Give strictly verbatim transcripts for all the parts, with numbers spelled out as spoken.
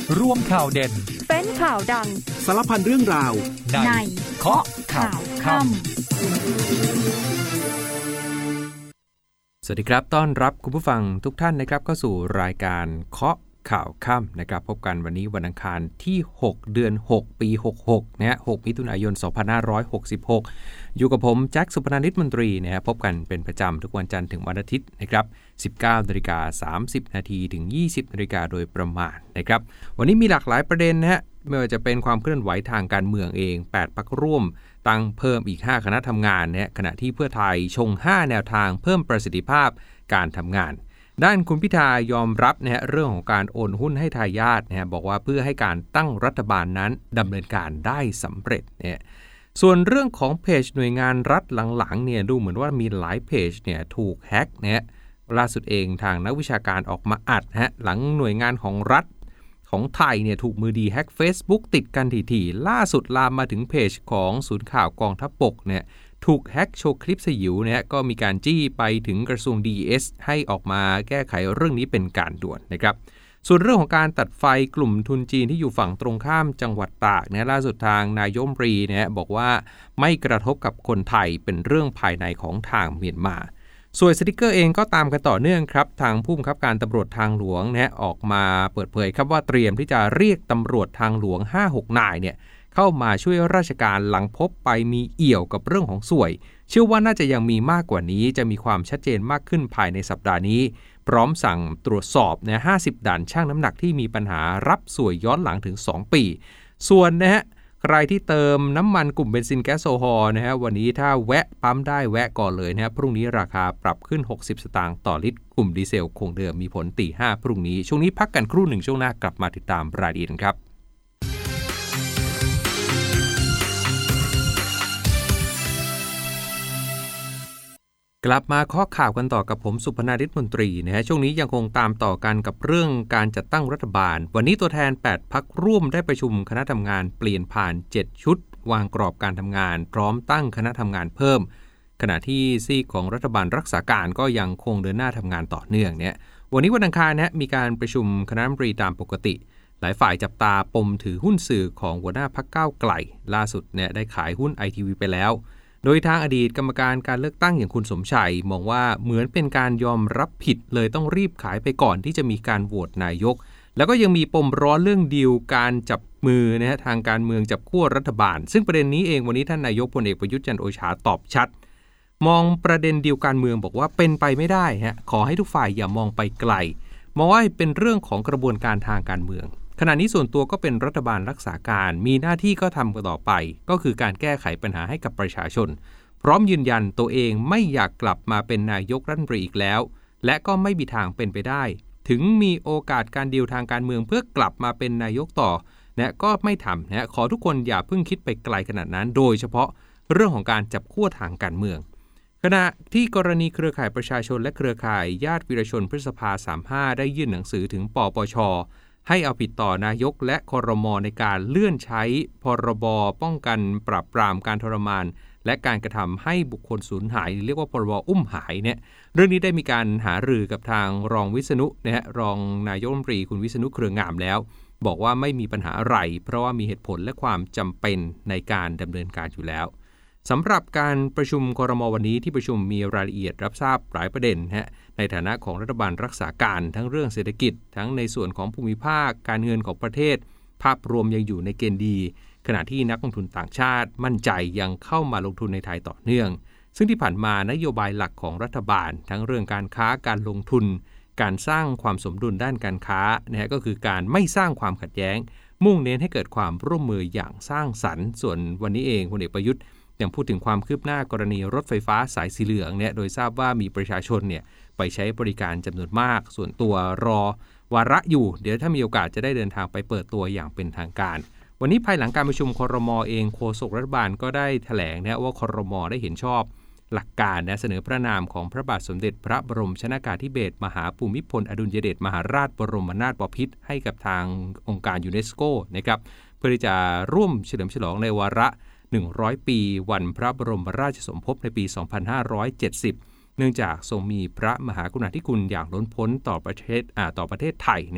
ร่วมข่าวเด่นเป็นข่าวดังสารพันเรื่องราวในเคาะข่าวค่ำสวัสดีครับต้อนรับคุณผู้ฟังทุกท่านนะครับเข้าสู่รายการเคาะข่าวค่ำนะครับพบกันวันนี้วันอังคารที่หกเดือนหกปีหกสิบหกนะฮะหกมิถุนายนสองพันห้าร้อยหกสิบหกอยู่กับผมแจ็คสุพนันท์มนตรีนะฮะพบกันเป็นประจำทุกวันจันทร์ถึงวันอาทิตย์นะครับ สิบเก้านาฬิกาสามสิบนาทีถึงยี่สิบนาฬิกาโดยประมาณนะครับวันนี้มีหลากหลายประเด็นนะฮะไม่ว่าจะเป็นความเคลื่อนไหวทางการเมืองเองแปดพรรคร่วมตั้งเพิ่มอีกห้าคณะทำงานนะขณะที่เพื่อไทยชงห้าแนวทางเพิ่มประสิทธิภาพการทำงานด้านคุณพิธายอมรับนะฮะเรื่องของการโอนหุ้นให้ทายาทนะฮะบอกว่าเพื่อให้การตั้งรัฐบาลนั้นดำเนินการได้สำเร็จเนี่ยส่วนเรื่องของเพจหน่วยงานรัฐหลังๆเนี่ยดูเหมือนว่ามีหลายเพจเนี่ยถูกแฮกนะล่าสุดเองทางนักวิชาการออกมาอัดฮะหลังหน่วยงานของรัฐของไทยเนี่ยถูกมือดีแฮก Facebook ติดกันถี่ๆล่าสุดลามมาถึงเพจของศูนย์ข่าวกองทัพบกเนี่ยถูกแฮกโชว์คลิปสยิวเนี่ยก็มีการจี้ไปถึงกระทรวง ดี อี เอส ให้ออกมาแก้ไขเรื่องนี้เป็นการด่วนนะครับส่วนเรื่องของการตัดไฟกลุ่มทุนจีนที่อยู่ฝั่งตรงข้ามจังหวัดตากเนี่ยล่าสุดทางนายกรัฐมนตรีเนี่ยบอกว่าไม่กระทบกับคนไทยเป็นเรื่องภายในของทางเมียนมาส่วนสติ๊กเกอร์เองก็ตามกันต่อเนื่องครับทางผู้บังคับการตำรวจทางหลวงเนี่ยออกมาเปิดเผยครับว่าเตรียมที่จะเรียกตำรวจทางหลวง ห้าหก นายเนี่ยเข้ามาช่วยราชการหลังพบไปมีเอี่ยวกับเรื่องของสวยเชื่อว่าน่าจะยังมีมากกว่านี้จะมีความชัดเจนมากขึ้นภายในสัปดาห์นี้พร้อมสั่งตรวจสอบนะห้าสิบด่านช่างน้ำหนักที่มีปัญหารับสวยย้อนหลังถึงสองปีส่วนนะฮะใครที่เติมน้ำมันกลุ่มเบนซินแก๊สโซฮอล์นะฮะวันนี้ถ้าแวะปั๊มได้แวะก่อนเลยนะฮะพรุ่งนี้ราคาปรับขึ้นหกสิบสตางค์ต่อลิตรกลุ่มดีเซลคงเดิมมีผลตีห้าพรุ่งนี้ช่วงนี้พักกันครู่หนึ่งช่วงหน้ากลับมาติดตามรายละเอียดครับกลับมาข้อข่าวกันต่อกับผมสุพนันท์มนตรีนะฮะช่วงนี้ยังคงตามต่อกันกับเรื่องการจัดตั้งรัฐบาลวันนี้ตัวแทนแปดพรรคร่วมได้ประชุมคณะทำงานเปลี่ยนผ่านเจ็ดชุดวางกรอบการทำงานพร้อมตั้งคณะทำงานเพิ่มขณะที่ซีกของรัฐบาลรักษาการก็ยังคงเดินหน้าทำงานต่อเนื่องเนี่ยวันนี้วันอังคารนะมีการประชุมคณะรัฐมนตรีตามปกติหลายฝ่ายจับตาปมถือหุ้นสื่อของหัวหน้าพรรคก้าวไกลล่าสุดเนี่ยได้ขายหุ้น ไอ ที วี ไปแล้วโดยทางอดีตกรรมการการเลือกตั้งอย่างคุณสมชัยมองว่าเหมือนเป็นการยอมรับผิดเลยต้องรีบขายไปก่อนที่จะมีการโหวตนายกแล้วก็ยังมีปมร้อนเรื่องดีลการจับมือนะฮะทางการเมืองจับขั้วรัฐบาลซึ่งประเด็นนี้เองวันนี้ท่านนายกพลเอกประยุทธ์จันทร์โอชาตอบชัดมองประเด็นดีลการเมืองบอกว่าเป็นไปไม่ได้ฮะขอให้ทุกฝ่ายอย่ามองไปไกลมองว่าเป็นเรื่องของกระบวนการทางการเมืองขณะนี้ส่วนตัวก็เป็นรัฐบาลรักษาการมีหน้าที่ก็ทำกันต่อไปก็คือการแก้ไขปัญหาให้กับประชาชนพร้อมยืนยันตัวเองไม่อยากกลับมาเป็นนายกรัฐมนตรีอีกแล้วและก็ไม่มีทางเป็นไปได้ถึงมีโอกาสการดีลทางการเมืองเพื่อกลับมาเป็นนายกต่อนะก็ไม่ทำนะขอทุกคนอย่าเพิ่งคิดไปไกลขนาดนั้นโดยเฉพาะเรื่องของการจับขั้วทางการเมืองขณะที่กรณีเครือข่ายประชาชนและเครือข่ายญาติวีรชนพฤษภาสามสิบห้าได้ยื่นหนังสือถึงปปชให้เอาผิดต่อนายกและครม.ในการเลื่อนใช้พรบป้องกันปราบปรามการทรมานและการกระทำให้บุคคลสูญหายเรียกว่าพรบอุ้มหายเนี่ยเรื่องนี้ได้มีการหารือกับทางรองวิษณุนะฮะรองนายกรัฐมนตรีคุณวิษณุเครืองามแล้วบอกว่าไม่มีปัญหาอะไรเพราะว่ามีเหตุผลและความจำเป็นในการดำเนินการอยู่แล้วสำหรับการประชุมครม.วันนี้ที่ประชุมมีรายละเอียดรับทราบหลายประเด็นฮะในฐานะของรัฐบาลรักษาการทั้งเรื่องเศรษฐกิจทั้งในส่วนของภูมิภาคการเงินของประเทศภาพรวมยังอยู่ในเกณฑ์ดีขณะที่นักลงทุนต่างชาติมั่นใจยังเข้ามาลงทุนในไทยต่อเนื่องซึ่งที่ผ่านมานโยบายหลักของรัฐบาลทั้งเรื่องการค้าการลงทุนการสร้างความสมดุลด้านการค้านะฮะก็คือการไม่สร้างความขัดแย้งมุ่งเน้นให้เกิดความร่วมมืออย่างสร้างสรรค์ส่วนวันนี้เองพลเอกประยุทธ์ยังพูดถึงความคืบหน้ากรณีรถไฟฟ้าสายสีเหลืองเนี่ยโดยทราบว่ามีประชาชนเนี่ยไปใช้บริการจำนวนมากส่วนตัวรอวาระอยู่เดี๋ยวถ้ามีโอกาสจะได้เดินทางไปเปิดตัวอย่างเป็นทางการวันนี้ภายหลังการประชุมครม.เองโฆษกรัฐบาลก็ได้แถลงนะว่าครม.ได้เห็นชอบหลักการนะเสนอพระนามของพระบาทสมเด็จพระบรมชนกาธิเบศรมหาภูมิพลอดุลยเดชมหาราชบรมนาถบพิตรให้กับทางองค์การยูเนสโกนะครับเพื่อที่จะร่วมเฉลิมฉลองในวาระหนึ่งร้อยปีวันพระบรมราชสมภพในปีสองพันห้าร้อยเจ็ดสิบเนื่องจากทรงมีพระมหากรุณาธิคุณอย่างล้นพ้นต่อประเทศอ่าต่อประเทศไทยเนี่ย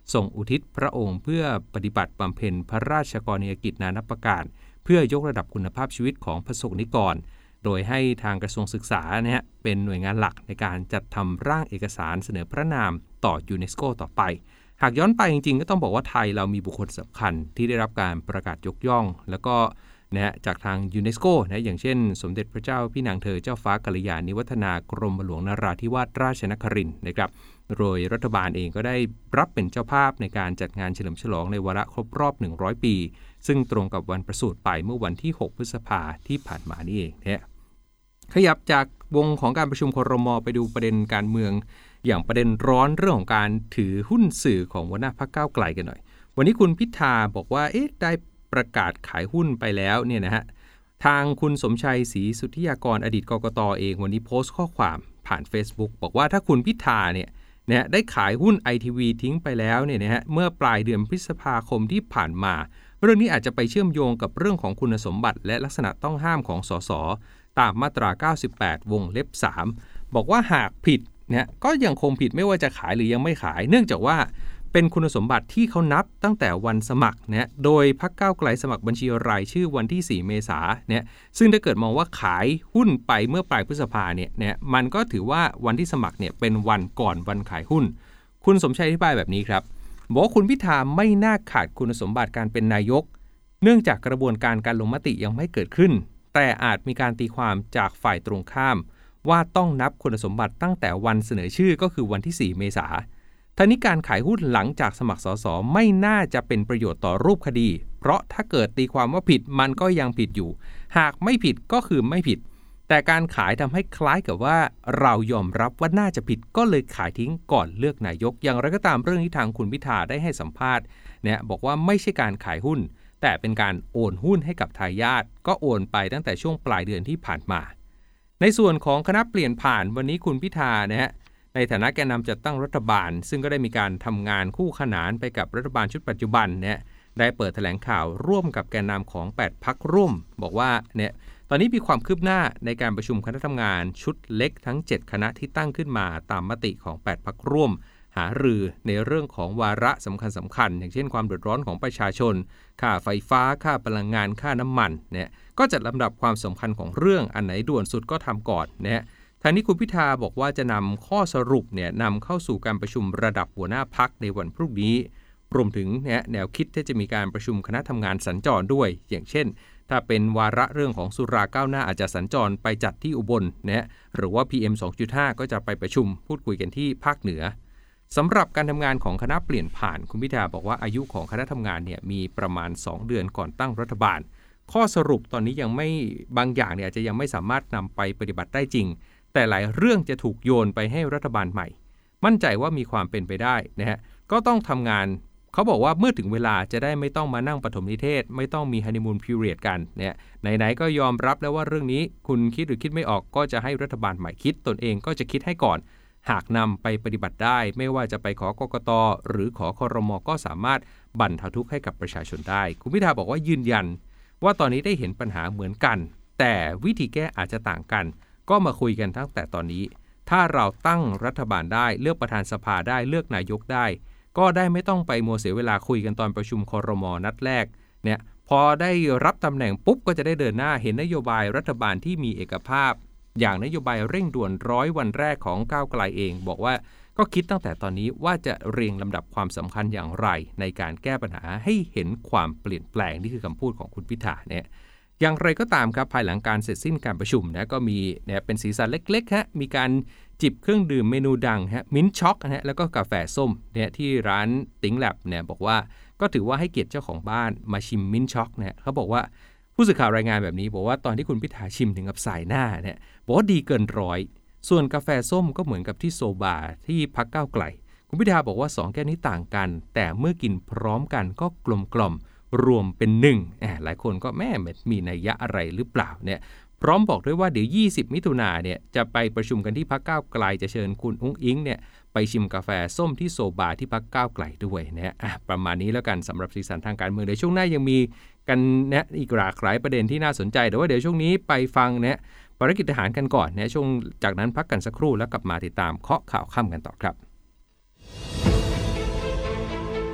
ทรงอุทิศพระองค์เพื่อปฏิบัติบำเพ็ญพระราชกรณียกิจนานาประการเพื่อยกระดับคุณภาพชีวิตของประสบนิกรโดยให้ทางกระทรวงศึกษาเนี่ยเป็นหน่วยงานหลักในการจัดทำร่างเอกสารเสนอพระนามต่อยูเนสโกต่อไปหากย้อนไปจริงๆก็ต้องบอกว่าไทยเรามีบุคคลสำคัญที่ได้รับการประกาศยกย่องแล้วก็นะฮะจากทางยูเนสโกนะอย่างเช่นสมเด็จพระเจ้าพี่นางเธอเจ้าฟ้ากัลยาณิวัฒนากรมหลวงนราธิวาสราชนครินทร์นะครับโดยรัฐบาลเองก็ได้รับเป็นเจ้าภาพในการจัดงานเฉลิมฉลองในวาระครบรอบหนึ่งร้อยปีซึ่งตรงกับวันประสูติไปเมื่อวันที่หกพฤษภาคมที่ผ่านมานี่เองนะขยับจากวงของการประชุมครม.ไปดูประเด็นการเมืองอย่างประเด็นร้อนเรื่องของการถือหุ้นสื่อของหัวหน้าพรรคก้าวไกลกันหน่อยวันนี้คุณพิธาบอกว่าเอ๊ะได้ประกาศขายหุ้นไปแล้วเนี่ยนะฮะทางคุณสมชัยศรีสุทธิยากรอดีตกกต.เองวันนี้โพสต์ข้อความผ่าน Facebook บอกว่าถ้าคุณพิธาเนี่ยนะได้ขายหุ้น ไอ ที วี ทิ้งไปแล้วเนี่ยนะฮะเมื่อปลายเดือนพฤษภาคมที่ผ่านมาเรื่องนี้อาจจะไปเชื่อมโยงกับเรื่องของคุณสมบัติและลักษณะต้องห้ามของสสตามมาตราเก้าสิบแปดวงเล็บสามบอกว่าหากผิดเนี่ยก็ยังคงผิดไม่ว่าจะขายหรือยังไม่ขายเนื่องจากว่าเป็นคุณสมบัติที่เขานับตั้งแต่วันสมัครเนี่ยโดยพรรคก้าวไกลสมัครบัญชีรายชื่อวันที่สี่เมษายนเนี่ยซึ่งถ้าเกิดมองว่าขายหุ้นไปเมื่อปลายพฤษภาเนี่ยเนี่ยมันก็ถือว่าวันที่สมัครเนี่ยเป็นวันก่อนวันขายหุ้นคุณสมชัยอธิบายแบบนี้ครับบอกว่าคุณพิธาไม่น่าขาดคุณสมบัติการเป็นนายกเนื่องจากกระบวนการการลงมติยังไม่เกิดขึ้นแต่อาจมีการตีความจากฝ่ายตรงข้ามว่าต้องนับคุณสมบัติตั้งแต่วันเสนอชื่อก็คือวันที่สี่เมษายนทางนี้การขายหุ้นหลังจากสมัครสสไม่น่าจะเป็นประโยชน์ต่อรูปคดีเพราะถ้าเกิดตีความว่าผิดมันก็ยังผิดอยู่หากไม่ผิดก็คือไม่ผิดแต่การขายทำให้คล้ายกับว่าเรายอมรับว่าน่าจะผิดก็เลยขายทิ้งก่อนเลือกนายกอย่างไรก็ตามเรื่องนี้ทางคุณพิธาได้ให้สัมภาษณ์เนี่ยบอกว่าไม่ใช่การขายหุ้นแต่เป็นการโอนหุ้นให้กับทายาทก็โอนไปตั้งแต่ช่วงปลายเดือนที่ผ่านมาในส่วนของคณะเปลี่ยนผ่านวันนี้คุณพิธานะฮะในฐานะแกนนำจัดตั้งรัฐบาลซึ่งก็ได้มีการทำงานคู่ขนานไปกับรัฐบาลชุดปัจจุบันเนี่ยได้เปิดแถลงข่าวร่วมกับแกนนำของแปดพรรคร่วมบอกว่าเนี่ยตอนนี้มีความคืบหน้าในการประชุมคณะทำงานชุดเล็กทั้งเจ็ดคณะที่ตั้งขึ้นมาตามมติของแปดพรรคร่วมหารือในเรื่องของวาระสำคัญสำคัญอย่างเช่นความเดือดร้อนของประชาชนค่าไฟฟ้าค่าพลังงานค่าน้ำมันเนี่ยก็จัดลำดับความสำคัญของเรื่องอันไหนด่วนสุดก็ทำก่อนนะฮะทางนี้คุณพิธาบอกว่าจะนำข้อสรุปเนี่ยนำเข้าสู่การประชุมระดับหัวหน้าพรรคในวันพรุ่งนี้รวมถึงเนี่ยแนวคิดที่จะมีการประชุมคณะทำงานสัญจรด้วยอย่างเช่นถ้าเป็นวาระเรื่องของสุราก้าวหน้าอาจจะสัญจรไปจัดที่อุบลนะหรือว่า พี เอ็ม สองจุดห้า ก็จะไปประชุมพูดคุยกันที่ภาคเหนือสำหรับการทำงานของคณะเปลี่ยนผ่านคุณพิธาบอกว่าอายุของคณะทำงานเนี่ยมีประมาณสองเดือนก่อนตั้งรัฐบาลข้อสรุปตอนนี้ยังไม่บางอย่างเนี่ยอาจจะยังไม่สามารถนำไปปฏิบัติได้จริงแต่หลายเรื่องจะถูกโยนไปให้รัฐบาลใหม่มั่นใจว่ามีความเป็นไปได้นะฮะก็ต้องทำงานเขาบอกว่าเมื่อถึงเวลาจะได้ไม่ต้องมานั่งปฐมนิเทศไม่ต้องมีฮันนีมูนพีเรียดกันเนี่ยไหนๆก็ยอมรับแล้วว่าเรื่องนี้คุณคิดหรือคิดไม่ออกก็จะให้รัฐบาลใหม่คิดตนเองก็จะคิดให้ก่อนหากนำไปปฏิบัติได้ไม่ว่าจะไปขอกกต.หรือขอครม.ก็สามารถบรรเทาทุกข์ให้กับประชาชนได้คุณพิธาบอกว่ายืนยันว่าตอนนี้ได้เห็นปัญหาเหมือนกันแต่วิธีแก้อาจจะต่างกันก็มาคุยกันตั้งแต่ตอนนี้ถ้าเราตั้งรัฐบาลได้เลือกประธานสภาได้เลือกนายกได้ก็ได้ไม่ต้องไปมัวเสียเวลาคุยกันตอนประชุมครม.นัดแรกเนี่ยพอได้รับตำแหน่งปุ๊บก็จะได้เดินหน้าเห็นนโยบายรัฐบาลที่มีเอกภาพอย่างนโยบายเร่งด่วนร้อยวันแรกของก้าวไกลเองบอกว่าก็คิดตั้งแต่ตอนนี้ว่าจะเรียงลำดับความสำคัญอย่างไรในการแก้ปัญหาให้เห็นความเปลี่ยนแปลงนี่คือคำพูดของคุณพิธาเนี่ยอย่างไรก็ตามครับภายหลังการเสร็จสิ้นการประชุมนะก็มีเนี่ยเป็นสีสันเล็กๆฮะมีการจิบเครื่องดื่มเมนูดังฮะมิ้นช็อกนะฮะแล้วก็กาแฟส้มเนี่ยที่ร้านติ๋งแลบเนี่ยบอกว่าก็ถือว่าให้เกียรติเจ้าของบ้านมาชิมมิ้นช็อกเนี่ยเขาบอกว่าผู้สื่อข่าวรายงานแบบนี้บอกว่าตอนที่คุณพิธาชิมถึงกับสายหน้าเนี่ยบอกว่าดีเกินร้อยส่วนกาแฟส้มก็เหมือนกับที่โซบาที่พรรคก้าวไกลคุณพิธาบอกว่าสองแก้วนี้ต่างกันแต่เมื่อกินพร้อมกันก็กลมกล่อมรวมเป็นหนึ่งหลายคนก็แม่มีนัยยะอะไรหรือเปล่าเนี่ยพร้อมบอกด้วยว่าเดี๋ยวยี่สิบมิถุนายนเนี่ยจะไปประชุมกันที่พรรคก้าวไกลจะเชิญคุณอุ้งอิงเนี่ยไปชิมกาแฟส้มที่โซบาที่พรรคก้าวไกลด้วยนะประมาณนี้แล้วกันสำหรับสีสันทางการเมืองเดี๋ยวช่วงหน้ายังมีกันนะอีกหลากหลายประเด็นที่น่าสนใจแต่ว่าเดี๋ยวช่วงนี้ไปฟังเนี่ยภารกิจทหารกันก่อนนะช่วงจากนั้นพักกันสักครู่แล้วกลับมาติดตามเคาะข่าวค่ำกันต่อครับ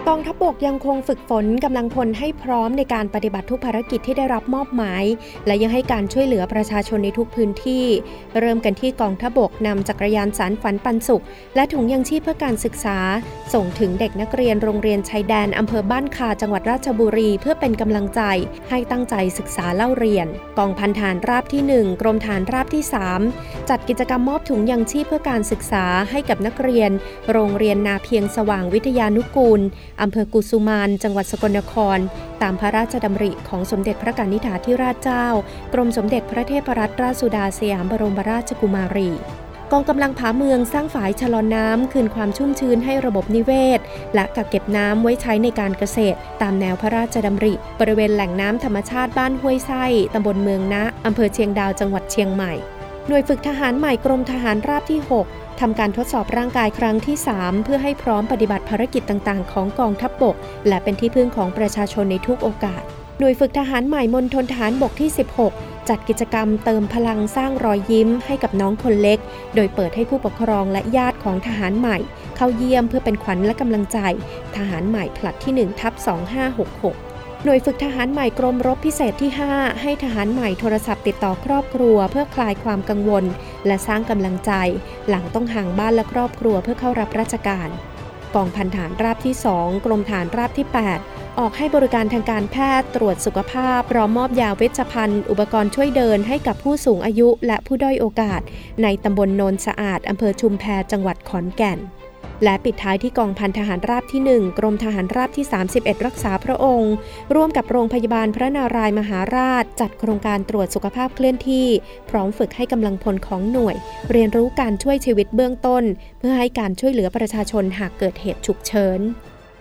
กองทัพบกยังคงฝึกฝนกำลังพลให้พร้อมในการปฏิบัติทุกภารกิจที่ได้รับมอบหมายและยังให้การช่วยเหลือประชาชนในทุกพื้นที่เริ่มกันที่กองทัพบกนำจักรยานสารฝันปันสุขและถุงยังชีพเพื่อการศึกษาส่งถึงเด็กนักเรียนโรงเรียนชายแดนอำเภอบ้านคาจังหวัดราชบุรีเพื่อเป็นกำลังใจให้ตั้งใจศึกษาเล่าเรียนกองพันฐานราบที่หนึ่งกรมฐานราบที่สามจัดกิจกรรมมอบถุงยังชีพเพื่อการศึกษาให้กับนักเรียนโรงเรียนนาเพียงสว่างวิทยานุกูลอำเภอกุสุมานจังหวัดสกลนครตามพระราชดำริของสมเด็จพระกนิษฐาธิราชเจ้ากรมสมเด็จพระเทพรัตนราชสุดาสยามบรมราชกุมารีกองกำลังผาเมืองสร้างฝายชะลอน้ำคืนความชุ่มชื้นให้ระบบนิเวศและกักเก็บน้ำไว้ใช้ในการเกษตรตามแนวพระราชดำริบริเวณแหล่งน้ำธรรมชาติบ้านห้วยไส้ตำบลเมืองนะอำเภอเชียงดาวจังหวัดเชียงใหม่หน่วยฝึกทหารใหม่กรมทหารราบที่หกทำการทดสอบร่างกายครั้งที่สามเพื่อให้พร้อมปฏิบัติภารกิจต่างๆของกองทัพบกและเป็นที่พึ่งของประชาชนในทุกโอกาสหน่วยฝึกทหารใหม่มณฑลทหารบกที่สิบหกจัดกิจกรรมเติมพลังสร้างรอยยิ้มให้กับน้องคนเล็กโดยเปิดให้ผู้ปกครองและญาติของทหารใหม่เข้าเยี่ยมเพื่อเป็นขวัญและกำลังใจทหารใหม่ผลัดที่หนึ่งทับสองห้าหกหกหน่วยฝึกทหารใหม่กรมรบพิเศษที่ห้าให้ทหารใหม่โทรศัพท์ติดต่อครอบครัวเพื่อคลายความกังวลและสร้างกำลังใจหลังต้องห่างบ้านและครอบครัวเพื่อเข้ารับราชการกองพันฐานราบที่สองกรมฐานราบที่แปดออกให้บริการทางการแพทย์ตรวจสุขภาพพร้อมมอบยาเวชภัณฑ์อุปกรณ์ช่วยเดินให้กับผู้สูงอายุและผู้ด้อยโอกาสในตำบลโนนสะอาดอำเภอชุมแพจังหวัดขอนแก่นและปิดท้ายที่กองพันทหารราบที่หนึ่งกรมทหารราบที่สามสิบเอ็ดรักษาพระองค์ร่วมกับโรงพยาบาลพระนารายมหาราชจัดโครงการตรวจสุขภาพเคลื่อนที่พร้อมฝึกให้กำลังพลของหน่วยเรียนรู้การช่วยชีวิตเบื้องต้นเพื่อให้การช่วยเหลือประชาชนหากเกิดเหตุฉุกเฉิน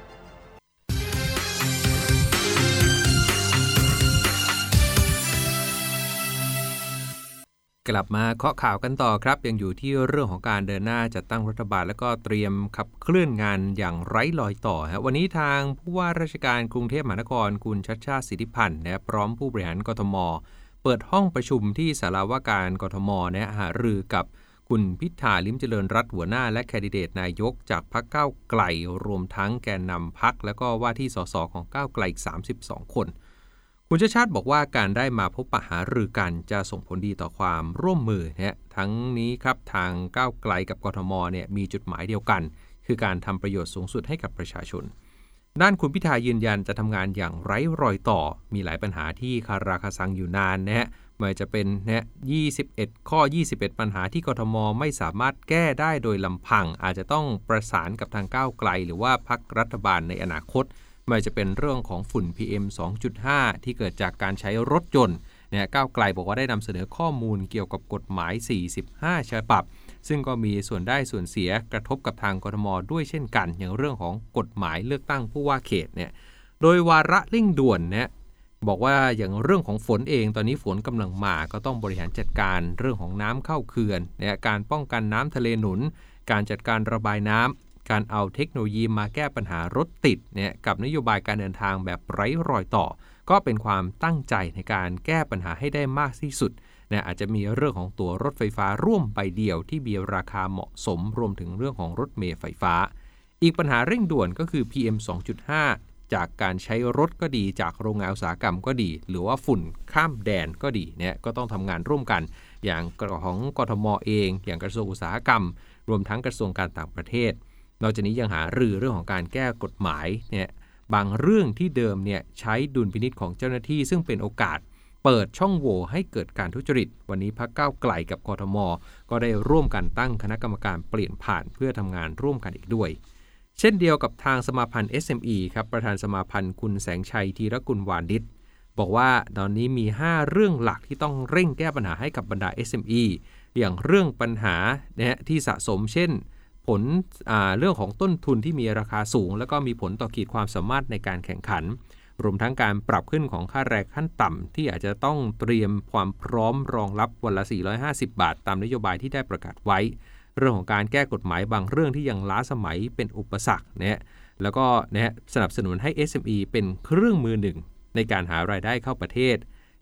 กลับมาเคาะข่าวกันต่อครับยังอยู่ที่เรื่องของการเดินหน้าจัดตั้งรัฐบาลและก็เตรียมขับเคลื่อนงานอย่างไร้รอยต่อฮะวันนี้ทางผู้ว่าราชการกรุงเทพมหานครคุณชัชชาติสิทธิพันธ์นะพร้อมผู้บริหารกทมเปิดห้องประชุมที่ศาลาว่าการกทมนะหารือกับคุณพิธาลิ้มเจริญรัตน์หัวหน้าและแคนดิเดตนายกจากพรรคก้าวไกลรวมทั้งแกนนำพรรคและก็ว่าที่สสของก้าวไกลอีกสามสิบสองคนคุณชัชชาติบอกว่าการได้มาพบปะหารือกันจะส่งผลดีต่อความร่วมมือนะทั้งนี้ครับทางก้าวไกลกับกทมเนี่ยมีจุดหมายเดียวกันคือการทำประโยชน์สูงสุดให้กับประชาชนด้านคุณพิธายืนยันจะทำงานอย่างไร้รอยต่อมีหลายปัญหาที่คาราคาซังอยู่นานนะฮะไม่ว่าจะเป็นนะยี่สิบเอ็ดข้อยี่สิบเอ็ดปัญหาที่กทมไม่สามารถแก้ได้โดยลำพังอาจจะต้องประสานกับทางก้าวไกลหรือว่าพรรครัฐบาลในอนาคตไม่ว่าจะเป็นเรื่องของฝุ่น พี เอ็ม สองจุดห้า ที่เกิดจากการใช้รถยนต์เนี่ยก้าวไกลบอกว่าได้นำเสนอข้อมูลเกี่ยวกับกฎหมายสี่สิบห้าฉบับซึ่งก็มีส่วนได้ส่วนเสียกระทบกับทางกทมด้วยเช่นกันอย่างเรื่องของกฎหมายเลือกตั้งผู้ว่าเขตเนี่ยโดยวาระเร่งด่วนเนี่ยบอกว่าอย่างเรื่องของฝนเองตอนนี้ฝนกำลังมาก็ต้องบริหารจัดการเรื่องของน้ำเข้าเขื่อนเนี่ยการป้องกันน้ำทะเลหนุนการจัดการระบายน้ำการเอาเทคโนโลยีมาแก้ปัญหารถติดเนี่ยกับนโยบายการเดินทางแบบไร้รอยต่อก็เป็นความตั้งใจในการแก้ปัญหาให้ได้มากที่สุดนะอาจจะมีเรื่องของตั๋วรถไฟฟ้าร่วมใบเดียวที่มีราคาเหมาะสมรวมถึงเรื่องของรถเมล์ไฟฟ้าอีกปัญหาเร่งด่วนก็คือ พี เอ็ม สองจุดห้า จากการใช้รถก็ดีจากโรงงานอุตสาหกรรมก็ดีหรือว่าฝุ่นข้ามแดนก็ดีเนี่ยก็ต้องทำงานร่วมกันอย่างของกทมเองอย่างกระทรวงอุตสาหกรรมรวมทั้งกระทรวงการต่างประเทศนอกจากนี้ยังหารือเรื่องของการแก้กฎหมายเนี่ยบางเรื่องที่เดิมเนี่ยใช้ดุลพินิจของเจ้าหน้าที่ซึ่งเป็นโอกาสเปิดช่องโหว่ให้เกิดการทุจริตวันนี้พรรคก้าวไกลกับกทมก็ได้ร่วมกันตั้งคณะกรรมการเปลี่ยนผ่านเพื่อทำงานร่วมกันอีกด้วยเช่นเดียวกับทางสมาพันธ์ เอส เอ็ม อี ครับประธานสมาพันธ์คุณแสงชัยธีรกุลวานิชบอกว่าตอนนี้มีห้าเรื่องหลักที่ต้องเร่งแก้ปัญหาให้กับบรรดา เอส เอ็ม อี อย่างเรื่องปัญหาเนี่ยที่สะสมเช่นผลเรื่องของต้นทุนที่มีราคาสูงแล้วก็มีผลต่อขีดความสามารถในการแข่งขันรวมทั้งการปรับขึ้นของค่าแรงขั้นต่ำที่อาจจะต้องเตรียมความพร้อมรองรับวันละสี่ร้อยห้าสิบบาทตามนโยบายที่ได้ประกาศไว้เรื่องของการแก้กฎหมายบางเรื่องที่ยังล้าสมัยเป็นอุปสรรคเนี่ยแล้วก็นะสนับสนุนให้ เอส เอ็ม อี เป็นเครื่องมือหนึ่งในการหารายได้เข้าประเทศ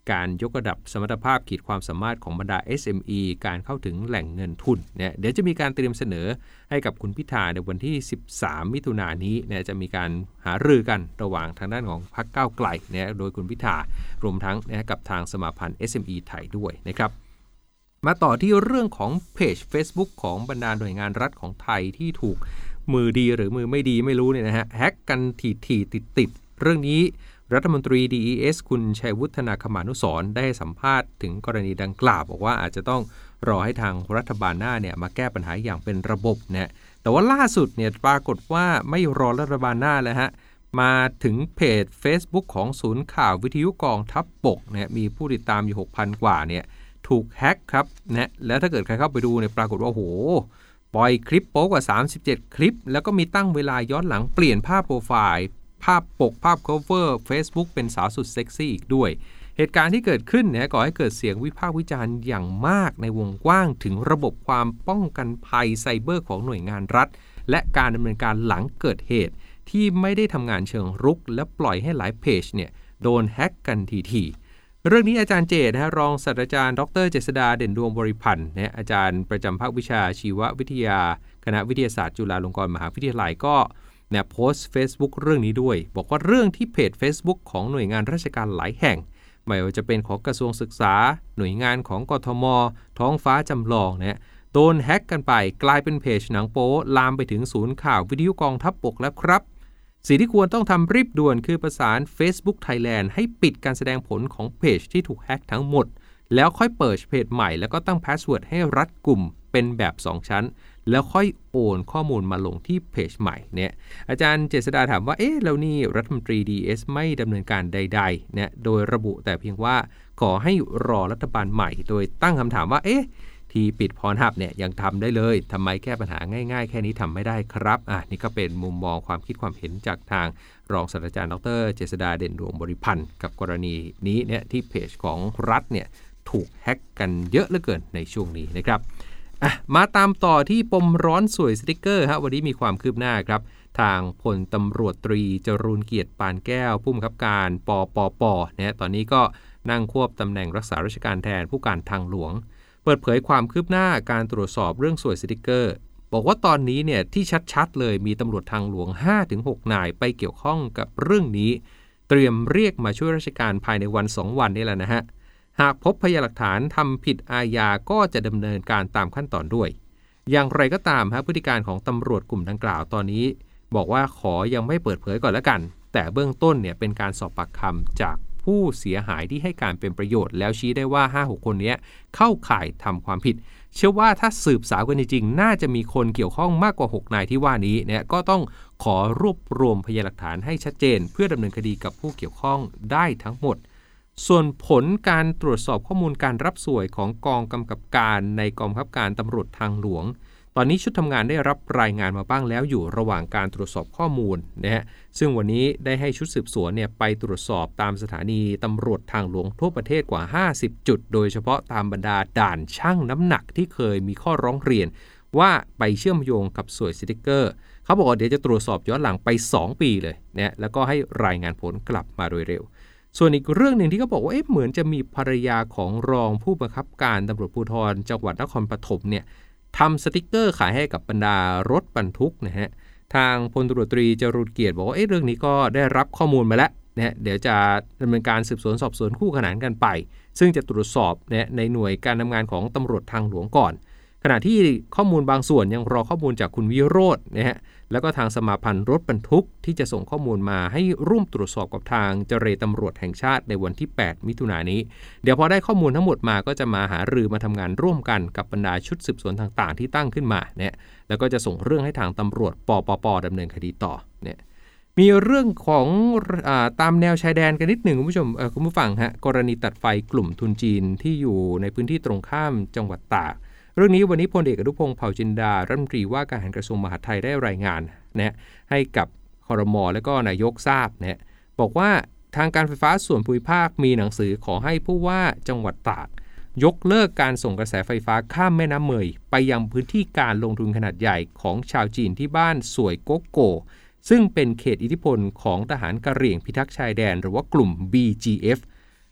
การยกระดับสมรรถภาพขีดความสามารถของบรรดา เอส เอ็ม อี การเข้าถึงแหล่งเงินทุนเนี่ยเดี๋ยวจะมีการเตรียมเสนอให้กับคุณพิธาในวันที่สิบสามมิถุนายนนี้เนี่ยจะมีการหารือกันระหว่างทางด้านของพรรคก้าวไกลเนี่ยโดยคุณพิธารวมทั้งนะกับทางสมาพันธ์ เอส เอ็ม อี ไทยด้วยนะครับมาต่อที่เรื่องของเพจ Facebook ของบรรดาหน่วยงานรัฐของไทยที่ถูกมือดีหรือมือไม่ดีไม่รู้เนี่ยนะฮะแฮกกันถี่ๆติดๆเรื่องนี้รัฐมนตรี ดี อี เอส คุณชัยวุฒนาคมานุสรณ์ได้สัมภาษณ์ถึงกรณีดังกล่าวบอกว่าอาจจะต้องรอให้ทางรัฐบาลหน้าเนี่ยมาแก้ปัญหาอย่างเป็นระบบนะแต่ว่าล่าสุดเนี่ยปรากฏว่าไม่รอรัฐบาลหน้าแล้วฮะมาถึงเพจ Facebook ของศูนย์ข่าววิทยุกองทัพบกเนี่ยมีผู้ติดตามอยู่ หกพัน กว่าเนี่ยถูกแฮกครับนะแล้วถ้าเกิดใครเข้าไปดูเนี่ยปรากฏว่าโอ้โหปล่อยคลิปโป๊กว่าสามสิบเจ็ดคลิปแล้วก็มีตั้งเวลาย้อนหลังเปลี่ยนภาพโปรไฟล์ภาพปกภาพ cover Facebook เป็นสาวสุดเซ็กซี่อีกด้วยเหตุการณ์ที่เกิดขึ้นเนี่ยก่อให้เกิดเสียงวิพากษ์วิจารณ์อย่างมากในวงกว้างถึงระบบความป้องกันภัยไซเบอร์ของหน่วยงานรัฐและการดำเนินการหลังเกิดเหตุที่ไม่ได้ทำงานเชิงรุกและปล่อยให้หลายเพจเนี่ยโดนแฮกกันทีๆเรื่องนี้อาจารย์เจตนะฮะรองศาสตราจารย์ดรเจษฎาเด่นดวงบริพันธ์นะอาจารย์ประจำภาควิชาชีววิทยาคณะวิทยาศาสตร์จุฬาลงกรณ์มหาวิทยาลัยก็เนี่ยโพสต์ Facebook เรื่องนี้ด้วยบอกว่าเรื่องที่เพจ Facebook ของหน่วยงานราชการหลายแห่งไม่ว่าจะเป็นของกระทรวงศึกษาหน่วยงานของกทม.ท้องฟ้าจำลองเนี่ยโดนแฮกกันไปกลายเป็นเพจหนังโป๊ลามไปถึงศูนย์ข่าววิทยุกองทัพบกแล้วครับสิ่งที่ควรต้องทำรีบด่วนคือประสาน Facebook Thailand ให้ปิดการแสดงผลของเพจที่ถูกแฮกทั้งหมดแล้วค่อยเปิดเพจใหม่แล้วก็ตั้งพาสเวิร์ดให้รัดกุมเป็นแบบสองชั้นแล้วค่อยโอนข้อมูลมาลงที่เพจใหม่เนี่ยอาจารย์เจษฎาถามว่าเอ๊ะแล้วนี่รัฐมนตรี ดี เอส ไม่ดำเนินการใดๆเนี่ยโดยระบุแต่เพียงว่าขอให้รอรัฐบาลใหม่โดยตั้งคำถามว่าเอ๊ะที่ปิดพรหับเนี่ยยังทำได้เลยทำไมแก้ปัญหาง่ายๆแค่นี้ทำไม่ได้ครับอ่ะนี่ก็เป็นมุมมองความคิดความเห็นจากทางรองศาสตราจารย์ดรเจษฎาเด่นดวงบริพันธ์กับกรณีนี้เนี่ยที่เพจของรัฐเนี่ยถูกแฮกกันเยอะเหลือเกินในช่วงนี้นะครับอ่ะมาตามต่อที่ปมร้อนสวยสติ๊กเกอร์ฮะวันนี้มีความคืบหน้าครับทางพลตำรวจตรีจรูญเกียรติปานแก้วผู้บังคับการปปปเนี่ยตอนนี้ก็นั่งควบตำแหน่งรักษาราชการแทนผู้การทางหลวงเปิดเผยความคืบหน้าการตรวจสอบเรื่องสวยสติ๊กเกอร์บอกว่าตอนนี้เนี่ยที่ชัดๆเลยมีตำรวจทางหลวง ห้าถึงหก นายไปเกี่ยวข้องกับเรื่องนี้เตรียมเรียกมาช่วยราชการภายในวันสองวันนี่แหละนะฮะหากพบพยานหลักฐานทำผิดอาญาก็จะดำเนินการตามขั้นตอนด้วยอย่างไรก็ตามฮะพฤติการของตำรวจกลุ่มดังกล่าวตอนนี้บอกว่าขอยังไม่เปิดเผยก่อนแล้วกันแต่เบื้องต้นเนี่ยเป็นการสอบปากคำจากผู้เสียหายที่ให้การเป็นประโยชน์แล้วชี้ได้ว่า ห้าหก คนนี้เข้าข่ายทำความผิดเชื่อว่าถ้าสืบสาวกันจริงๆน่าจะมีคนเกี่ยวข้องมากกว่าหกนายที่ว่านี้เนี่ยก็ต้องขอรวบรวมพยานหลักฐานให้ชัดเจนเพื่อดำเนินคดีกับผู้เกี่ยวข้องได้ทั้งหมดส่วนผลการตรวจสอบข้อมูลการรับสวยของกองกำกับการในกองบังคับการตำรวจทางหลวงตอนนี้ชุดทำงานได้รับรายงานมาบ้างแล้วอยู่ระหว่างการตรวจสอบข้อมูลนะฮะซึ่งวันนี้ได้ให้ชุดสืบสวนเนี่ยไปตรวจสอบตามสถานีตำรวจทางหลวงทั่วประเทศกว่าห้าสิบจุดโดยเฉพาะตามบรรดาด่านชั่งน้ำหนักที่เคยมีข้อร้องเรียนว่าไปเชื่อมโยงกับสวยสติ๊กเกอร์เขาบอกว่าเดี๋ยวจะตรวจสอบย้อนหลังไปสองปีเลยเนี่ยแล้วก็ให้รายงานผลกลับมาโดยเร็วส่วนอีกเรื่องหนึ่งที่เขาบอกว่าเอ๊ะเหมือนจะมีภรรยาของรองผู้บังคับการตำรวจภูธรจังหวัดนครปฐมเนี่ยทำสติ๊กเกอร์ขายให้กับบรรดารถบรรทุกนะฮะทางพลตำรวจตรีจรูญเกียรติบอกว่าเอ๊ะเรื่องนี้ก็ได้รับข้อมูลมาแล้วนะเดี๋ยวจะดำเนินการสืบสวนสอบสวนคู่ขนานกันไปซึ่งจะตรวจสอบเนี่ยในหน่วยการทำงานของตำรวจทางหลวงก่อนขณะที่ข้อมูลบางส่วนยังรอข้อมูลจากคุณวิโรจน์นะฮะแล้วก็ทางสมาพันธ์รถบรรทุกที่จะส่งข้อมูลมาให้ร่วมตรวจสอบกับทางเจรตำรวจแห่งชาติในวันที่แปดมิถุนายนนี้เดี๋ยวพอได้ข้อมูลทั้งหมดมาก็จะมาหารือมาทำงานร่วมกันกับบรรดาชุดสืบสวนต่างๆที่ตั้งขึ้นมาเนี่ยแล้วก็จะส่งเรื่องให้ทางตำรวจปปปดำเนินคดีต่อเนี่ยมีเรื่องของอ่าตามแนวชายแดนกันนิดหนึ่งคุณผู้ชมเออคุณผู้ฟังฮะกรณีตัดไฟกลุ่มทุนจีนที่อยู่ในพื้นที่ตรงข้ามจังหวัดตากเรื่องนี้วันนี้พลเอกอนุพงษ์เผ่าจินดารัฐมนตรีว่าการกระทรวงมหาดไทยได้รายงานนะให้กับครม.และก็นายกทราบนะบอกว่าทางการไฟฟ้าส่วนภูมิภาคมีหนังสือขอให้ผู้ว่าจังหวัดตากยกเลิกการส่งกระแสไฟฟ้าข้ามแม่น้ำเมยไปยังพื้นที่การลงทุนขนาดใหญ่ของชาวจีนที่บ้านสวยโกโกซึ่งเป็นเขตอิทธิพลของทหารกะเหรี่ยงพิทักษ์ชายแดนหรือว่ากลุ่ม บี จี เอฟ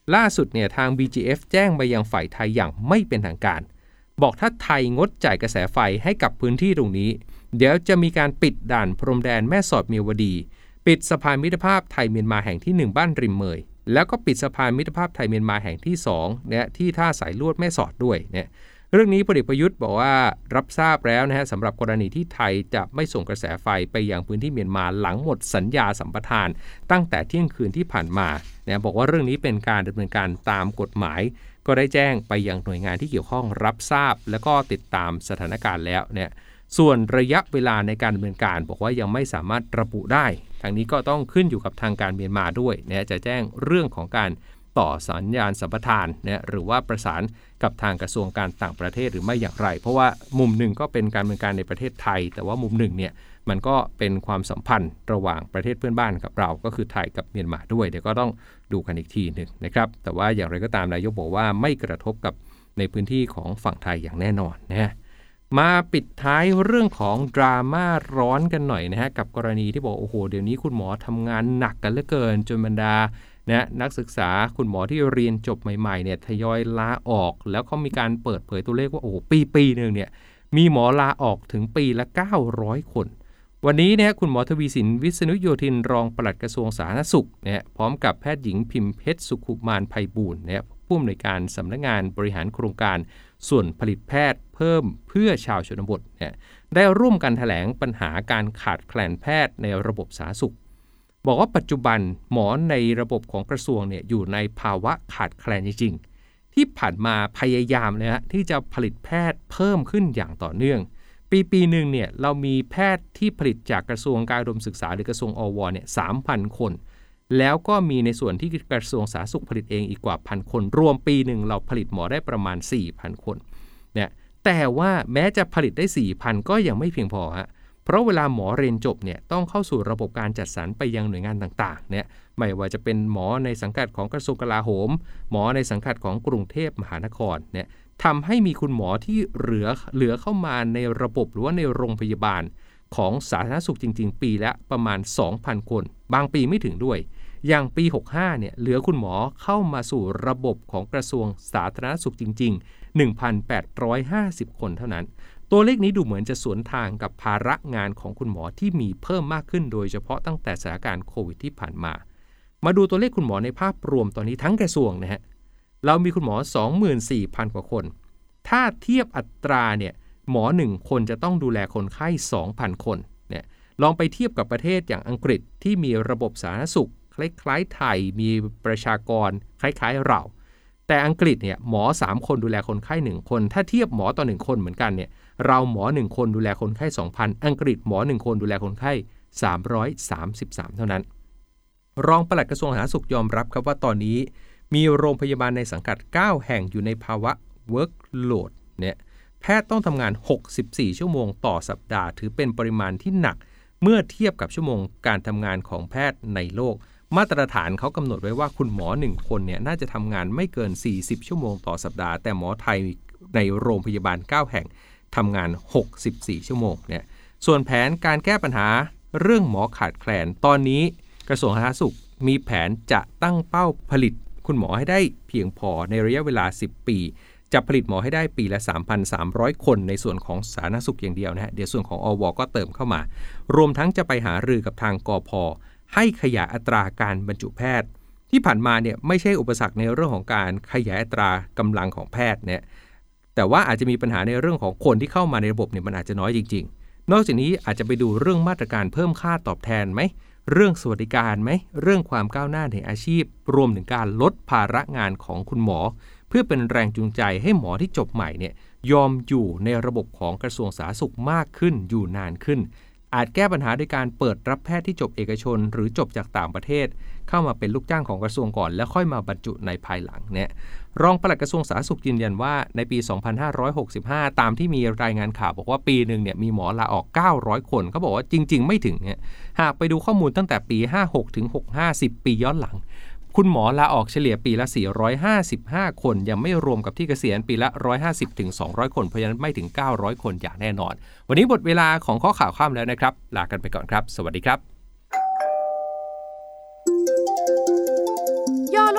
ล่าสุดเนี่ยทาง บี จี เอฟ แจ้งไปยังฝ่ายไทยอย่างไม่เป็นทางการบอกถ้าไทยงดจ่ายกระแสไฟให้กับพื้นที่ตรงนี้เดี๋ยวจะมีการปิดด่านพรมแดนแม่สอดเมียวดีปิดสะพานมิตรภาพไทยเมียนมาแห่งที่หนึ่งบ้านริมเมยแล้วก็ปิดสะพานมิตรภาพไทยเมียนมาแห่งที่สองเนี่ยที่ท่าสายลวดแม่สอดด้วยเนี่ยเรื่องนี้พลเอกประยุทธ์บอกว่ารับทราบแล้วนะฮะสำหรับกรณีที่ไทยจะไม่ส่งกระแสไฟไปยังพื้นที่เมียนมาหลังหมดสัญญาสัมปทานตั้งแต่เที่ยงคืนที่ผ่านมาเนี่ยบอกว่าเรื่องนี้เป็นการดำเนินการตามกฎหมายก็ได้แจ้งไปยังหน่วยงานที่เกี่ยวข้องรับทราบแล้วก็ติดตามสถานการณ์แล้วเนี่ยส่วนระยะเวลาในการดำเนินการบอกว่ายังไม่สามารถระบุได้ทางนี้ก็ต้องขึ้นอยู่กับทางการเมียนมาด้วยเนี่ยจะแจ้งเรื่องของการต่อสัญญาณสัมปทานเนี่ยหรือว่าประสานกับทางกระทรวงการต่างประเทศหรือไม่อย่างไรเพราะว่ามุมหนึ่งก็เป็นการดำเนินการในประเทศไทยแต่ว่ามุมหนึ่งเนี่ยมันก็เป็นความสัมพันธ์ระหว่างประเทศเพื่อนบ้านกับเราก็คือไทยกับเมียนมาด้วยเดี๋ยวก็ต้องดูกันอีกทีหนึ่งนะครับแต่ว่าอย่างไรก็ตามนายกบอกว่าไม่กระทบกับในพื้นที่ของฝั่งไทยอย่างแน่นอนนะมาปิดท้ายเรื่องของดราม่าร้อนกันหน่อยนะฮะกับกรณีที่บอกโอ้โหเดี๋ยวนี้คุณหมอทำงานหนักกันเหลือเกินจนบรรดานะนักศึกษาคุณหมอที่เรียนจบใหม่ๆเนี่ยทยอยลาออกแล้วเขามีการเปิดเผยตัวเลขว่าโอ้โหปีปีนึงเนี่ยมีหมอลาออกถึงปีละเก้าร้อยคนวันนี้เนี่ยคุณหมอทวีสินวิษณุโยธินรองปลัดกระทรวงสาธารณสุขเนี่ยพร้อมกับแพทย์หญิงพิมพ์เพชรสุขุมานไพบูลย์เนี่ยผู้อำนวยการสำนักงานบริหารโครงการส่วนผลิตแพทย์เพิ่มเพื่อชาวชนบทเนี่ยได้ร่วมกันแถลงปัญหาการขาดแคลนแพทย์ในระบบสาธารณสุขบอกว่าปัจจุบันหมอในระบบของกระทรวงเนี่ยอยู่ในภาวะขาดแคลนจริงๆที่ผ่านมาพยายามเลยฮะที่จะผลิตแพทย์เพิ่มขึ้นอย่างต่อเนื่องปีปีหนึ่งเนี่ยเรามีแพทย์ที่ผลิตจากกระทรวงการอุดมศึกษาหรือกระทรวงอวเนี่ย สามพัน คนแล้วก็มีในส่วนที่กระทรวงสาธารณสุขผลิตเองอีกกว่าพันคนรวมปีหนึ่งเราผลิตหมอได้ประมาณ สี่พัน คนเนี่ยแต่ว่าแม้จะผลิตได้ สี่พัน ก็ยังไม่เพียงพอฮะเพราะเวลาหมอเรียนจบเนี่ยต้องเข้าสู่ระบบการจัดสรรไปยังหน่วยงานต่างๆเนี่ยไม่ว่าจะเป็นหมอในสังกัดของกระทรวงกลาโหมหมอในสังกัดของกรุงเทพมหานครเนี่ยทำให้มีคุณหมอที่เหลือเหลือเข้ามาในระบบหรือว่าในโรงพยาบาลของสาธารณสุขจริงๆปีละประมาณ สองพัน คนบางปีไม่ถึงด้วยอย่างปีหกสิบห้าเนี่ยเหลือคุณหมอเข้ามาสู่ระบบของกระทรวงสาธารณสุขจริงๆ หนึ่งพันแปดร้อยห้าสิบ คนเท่านั้นตัวเลขนี้ดูเหมือนจะสวนทางกับภาระงานของคุณหมอที่มีเพิ่มมากขึ้นโดยเฉพาะตั้งแต่สถานการณ์โควิดที่ผ่านมามาดูตัวเลขคุณหมอในภาพรวมตอนนี้ทั้งกระทรวงนะฮะเรามีคุณหมอ สองหมื่นสี่พัน กว่าคนถ้าเทียบอัตราเนี่ยหมอหนึ่งคนจะต้องดูแลคนไข้ สองพัน คนเนี่ยลองไปเทียบกับประเทศอย่างอังกฤษที่มีระบบสาธารณสุขคล้ายๆไทยมีประชากรคล้ายๆเราแต่อังกฤษเนี่ยหมอสามคนดูแลคนไข้หนึ่งคนถ้าเทียบหมอต่อหนึ่งคนเหมือนกันเนี่ยเราหมอหนึ่งคนดูแลคนไข้ สองพัน อังกฤษหมอหนึ่งคนดูแลคนไข้สามร้อยสามสิบสามเท่านั้นรองปลัดกระทรวงสาธารณสุขยอมรับครับว่าตอนนี้มีโรงพยาบาลในสังกัดเก้าแห่งอยู่ในภาวะ workload เนี่ยแพทย์ต้องทำงานหกสิบสี่ชั่วโมงต่อสัปดาห์ถือเป็นปริมาณที่หนักเมื่อเทียบกับชั่วโมงการทำงานของแพทย์ในโลกมาตรฐานเขากำหนดไว้ว่าคุณหมอหนึ่งคนเนี่ยน่าจะทำงานไม่เกินสี่สิบชั่วโมงต่อสัปดาห์แต่หมอไทยในโรงพยาบาลเก้าแห่งทำงานหกสิบสี่ชั่วโมงเนี่ยส่วนแผนการแก้ปัญหาเรื่องหมอขาดแคลนตอนนี้กระทรวงสาธารณสุขมีแผนจะตั้งเป้าผลิตคุณหมอให้ได้เพียงพอในระยะเวลาสิบปีจะผลิตหมอให้ได้ปีละ สามพันสามร้อย คนในส่วนของสาธารณสุขอย่างเดียวนะฮะเดี๋ยวส่วนของอวก็เติมเข้ามารวมทั้งจะไปหารือกับทางกพ.ให้ขยายอัตราการบรรจุแพทย์ที่ผ่านมาเนี่ยไม่ใช่อุปสรรคในเรื่องของการขยายอัตรากำลังของแพทย์เนี่ยแต่ว่าอาจจะมีปัญหาในเรื่องของคนที่เข้ามาในระบบเนี่ยมันอาจจะน้อยจริงๆนอกจากนี้อาจจะไปดูเรื่องมาตรการเพิ่มค่าตอบแทนไหมเรื่องสวัสดิการไหมเรื่องความก้าวหน้าในอาชีพรวมถึงการลดภาระงานของคุณหมอเพื่อเป็นแรงจูงใจให้หมอที่จบใหม่เนี่ยยอมอยู่ในระบบของกระทรวงสาธารณสุขมากขึ้นอยู่นานขึ้นอาจแก้ปัญหาโดยการเปิดรับแพทย์ที่จบเอกชนหรือจบจากต่างประเทศเข้ามาเป็นลูกจ้างของกระทรวงก่อนแล้วค่อยมาบรรจุในภายหลังเนี่ยรองปลัดกระทรวงสาธารณสุขยืนยันว่าในปีสองพันห้าร้อยหกสิบห้าตามที่มีรายงานข่าวบอกว่าปีนึงเนี่ยมีหมอลาออกเก้าร้อยคนเขาบอกว่าจริงๆไม่ถึงเนี่ยหากไปดูข้อมูลตั้งแต่ปีห้าหกถึงหกสิบห้า สิบปีย้อนหลังคุณหมอลาออกเฉลี่ยปีละสี่ร้อยห้าสิบห้าคนยังไม่รวมกับที่เกษียณปีละหนึ่งร้อยห้าสิบถึงสองร้อยคนเพราะฉะนั้นไม่ถึงเก้าร้อยคนอย่างแน่นอนวันนี้หมดเวลาของข้อข่าวค่ำแล้วนะครับลากันไปก่อนครับสวัสดีครับย่อโล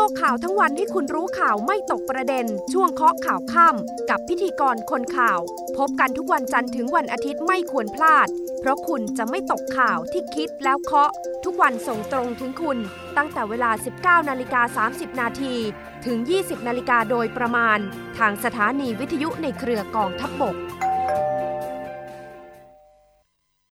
กข่าวทั้งวันให้คุณรู้ข่าวไม่ตกประเด็นช่วงเคาะข่าวค่ำกับพิธีกรคนข่าวพบกันทุกวันจันทร์ถึงวันอาทิตย์ไม่ควรพลาดเพราะคุณจะไม่ตกข่าวที่คิดแล้วเคาะทุกวันส่งตรงถึงคุณตั้งแต่เวลา สิบเก้านาฬิกาสามสิบนาทีถึง ยี่สิบนาฬิกาโดยประมาณทางสถานีวิทยุในเครือกองทัพบก